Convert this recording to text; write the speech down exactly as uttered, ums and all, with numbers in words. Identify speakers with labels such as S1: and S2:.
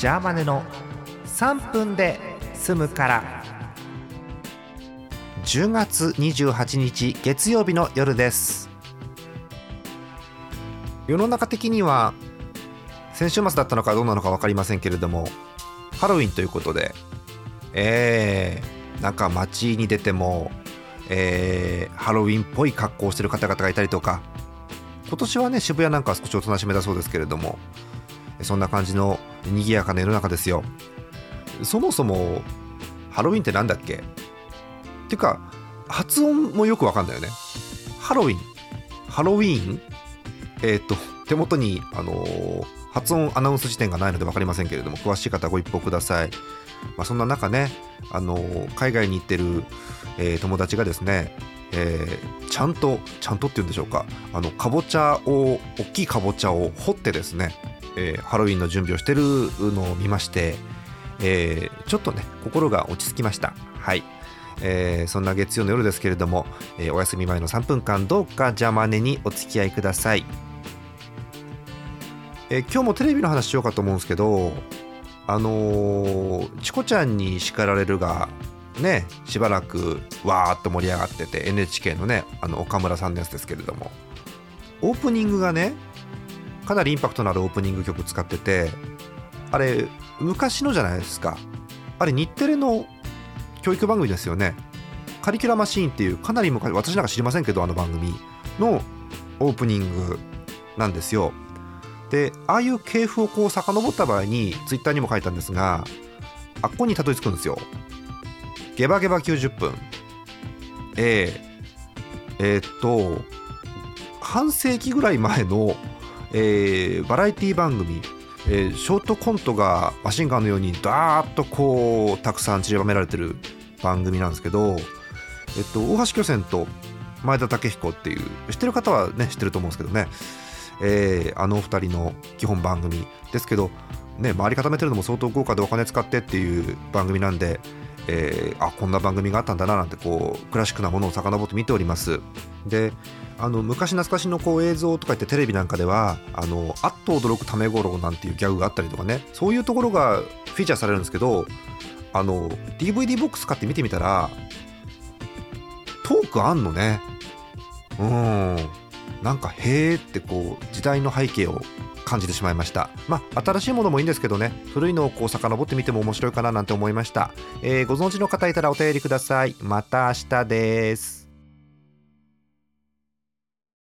S1: ジャーマネのさんぷんで済むから。じゅうがつにじゅうはちにち月曜日の夜です。世の中的には先週末だったのかどうなのか分かりませんけれども、ハロウィンということで、えー、なんか街に出ても、えー、ハロウィンっぽい格好をしてる方々がいたりとか、今年はね渋谷なんか少しおとなしめだそうですけれども、そんな感じの賑やかな世の中ですよ。そもそもハロウィンってなんだっけっていうか、発音もよくわかんないよね。ハロウィンハロウィーンえっ、ー、と手元に、あのー、発音アナウンス辞典がないので分かりませんけれども、詳しい方はご一報ください。まあ、そんな中ね、あのー、海外に行ってる、えー、友達がですね、えー、ちゃんとちゃんとっていうんでしょうか、あのかぼちゃを大きいかぼちゃを掘ってですね、えー、ハロウィンの準備をしてるのを見まして、えー、ちょっとね心が落ち着きました。はい、えー、そんな月曜の夜ですけれども、えー、お休み前のさんぷんかんどうかジャマネにお付き合いください。えー、今日もテレビの話しようかと思うんですけど、あのー、チコちゃんに叱られるがね、しばらくわーっと盛り上がってて、 エヌエイチケー のね、あの岡村さんのやつですけれども、オープニングがねかなりインパクトのあるオープニング曲使ってて、あれ昔のじゃないですか。あれ日テレの教育番組ですよね。カリキュラマシーンっていう、かなり昔、私なんか知りませんけど、あの番組のオープニングなんですよ。で、ああいう系譜をこう遡った場合にツイッターにも書いたんですが、あっこにたどり着くんですよ。ゲバゲバきゅうじゅっぷん、えー、えー、っと半世紀ぐらい前の、えー、バラエティ番組、えー、ショートコントがマシンガンのようにダーッとこうたくさん散りばめられてる番組なんですけど、えっと、大橋巨泉と前田武彦っていう、知ってる方はね知ってると思うんですけどね、えー、あのお二人の基本番組ですけどね、周り固めてるのも相当豪華でお金使ってっていう番組なんで、えー、あこんな番組があったんだななんて、こうクラシックなものを遡って見ております。で、あの昔懐かしのこう映像とか言ってテレビなんかでは、あのあっと驚くためごろなんていうギャグがあったりとかね、そういうところがフィーチャーされるんですけど、あの ディーブイディー ボックス買って見てみたらトークあんのね。うん、なんかへーってこう時代の背景を感じてしまいました。まあ新しいものもいいんですけどね、古いのをこう遡ってみても面白いかななんて思いました。えー、ご存知の方いたらお便りください。また明日です。